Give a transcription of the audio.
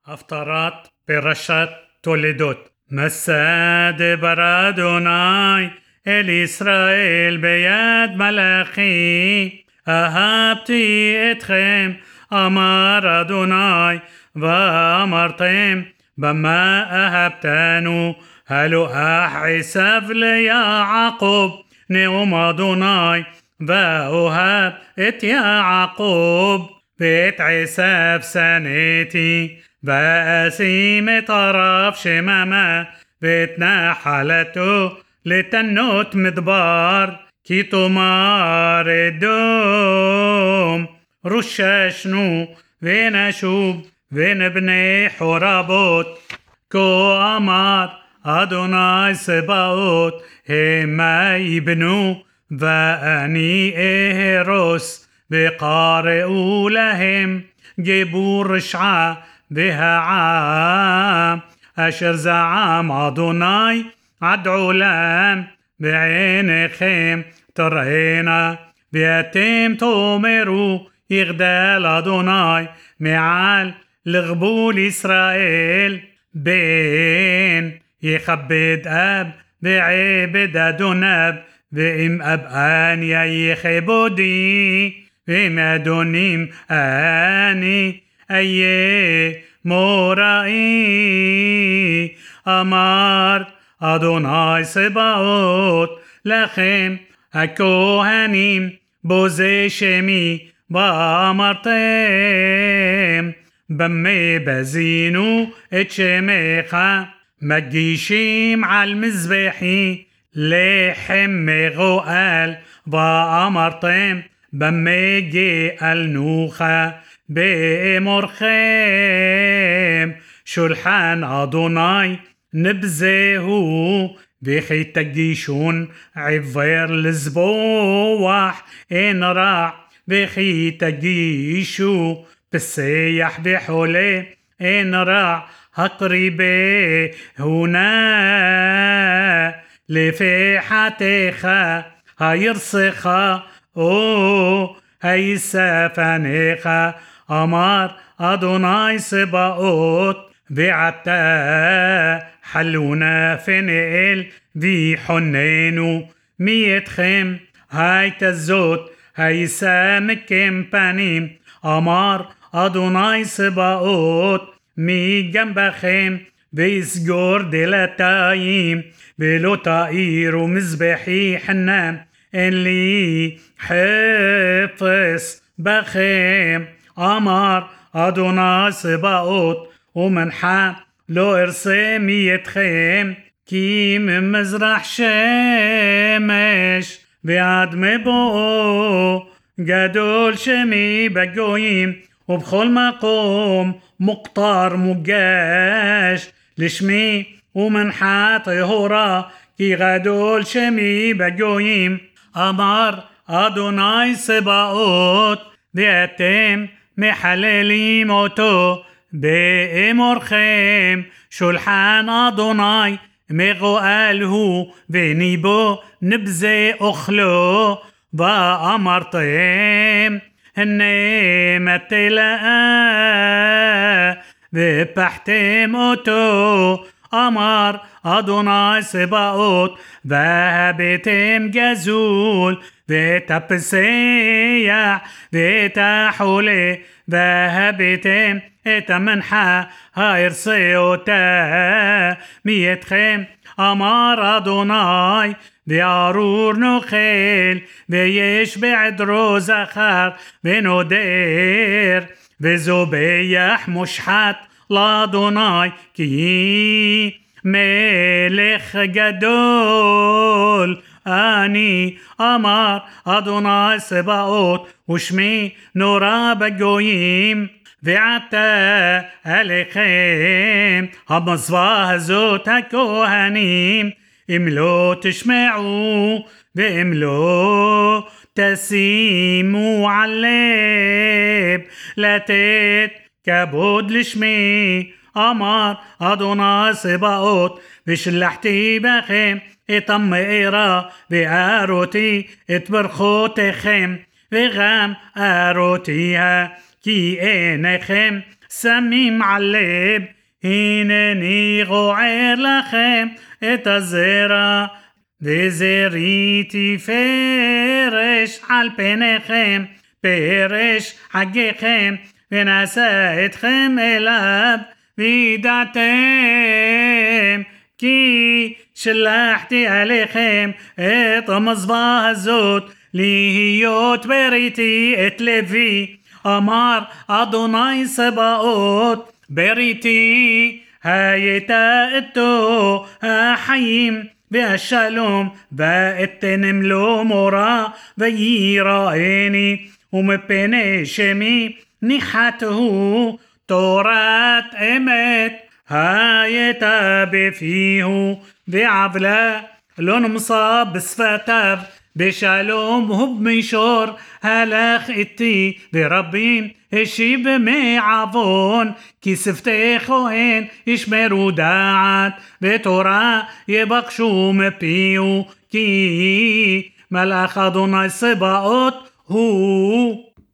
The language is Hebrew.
הפטרת פרשת תולדות. מסע דבר אדוני אל ישראל ביד מלאכי, אהבתי אתכם אמר אדוני, ואמרתם במה אהבתנו, הלוא עשיו ליעקב נאום אדוני, ואוהב את יעקב ואת עשיו שנאתי, ואשים את ערב שממה ואת נחלתו לתנות מדבר, כי תאמר אדום רוששנו ונשוב ונבנה חורבות, כה אמר אדוני צבאות המה יבנו ואני אהרוס, וקראו להם גיבור רשעה והעם אשר זעם אדוני עד עולם, בעיניכם תראינה ואתם תאמרו יגדל אדוני מעל לגבול ישראל, בן יכבד אב ועבד אדוניו, ואם אב אני יכבודי ואם אדונים אני אהיה מוראי, אמר אדוני צבאות לכם הכהנים בוזה שמי, ואמרתם במה בזינו את שמך, מגישים על מזבחי לחם מגואל, ואמרתם במה גאלנוך, באמורכם שולחן אדוני נבזהו, וכי תגישון עבר לזבוח אין רע, וכי תגישו פסח וחולה אין רע, הקריבה הונה לפחתך, הירסך או הישא פניך, אמר אדוני צבאות, ועתה חלונה פניאל ויחוננו מאתכם, הייתה זאת הישא מכם פנים, אמר אדוני צבאות, מגנבכם ויסגור דלתיים, ולא תאירו מזבחי חנם, אין לי חפץ בכם, אמר אדוני צבאות, ומנחה לא ארסה מאתכם, כי ממזרח שמש ועד מבואו גדול שמי בגויים, ובכל מקום מוקטר מוגש לשמי, ומנחה טהורה, כי גדול שמי בגויים, אמר אדוני צבאות, ואתם מחללים אותו באמורכם, שולחן אדוני מגואל הוא, וניבו נבזה אוכלו, ואמרתם הנה מתלאה ופחתם אותו, אמר אדוני צבאות, והבאתם גזול ואת הפסח ואת החולה, והבאתם את המנחה הארסה אותה מאתכם, אמר אדוני, וארור נוכל ויש בעדרו זכר ונודר, וזובח מושחת לאדוני, כי מלך גדול אני, אמר אדוני צבאות, ושמי נורא בגויים, ועתה עליכם המצווה הזאת הכהנים, אם לא תשמעו ואם לא תשימו על לב לתת כבוד לשמי, אמר אדוני צבאות, ושלחתי בכם את המארה וארותי את ברכותיכם, וגם ארותיה, כי עיניכם שמים על לב, הנני גוער לכם את הזרע, וזריתי פרש על פניכם, פרש חגיכם, ונשא אתכם אליו, וידעתם כי שלחתי עליכם את המזבח הזאת, להיות בריתי את לוי, אמר אדוני צבאות, בריתי הייתה איתו החיים והשלום, ואתנם לו מורא וייראני, ומפני שמי ניחתהו תורת אמת הייתה בפיהו, ועוולה לא נמסה בשפתיו, בשלום ובמישור הלך איתי, ורבים השיב מעוון, כי שפתי כהן ישמרו דעת, ותורה יבקשו מפיהו, כי מלאך אדוני צבאות הוא.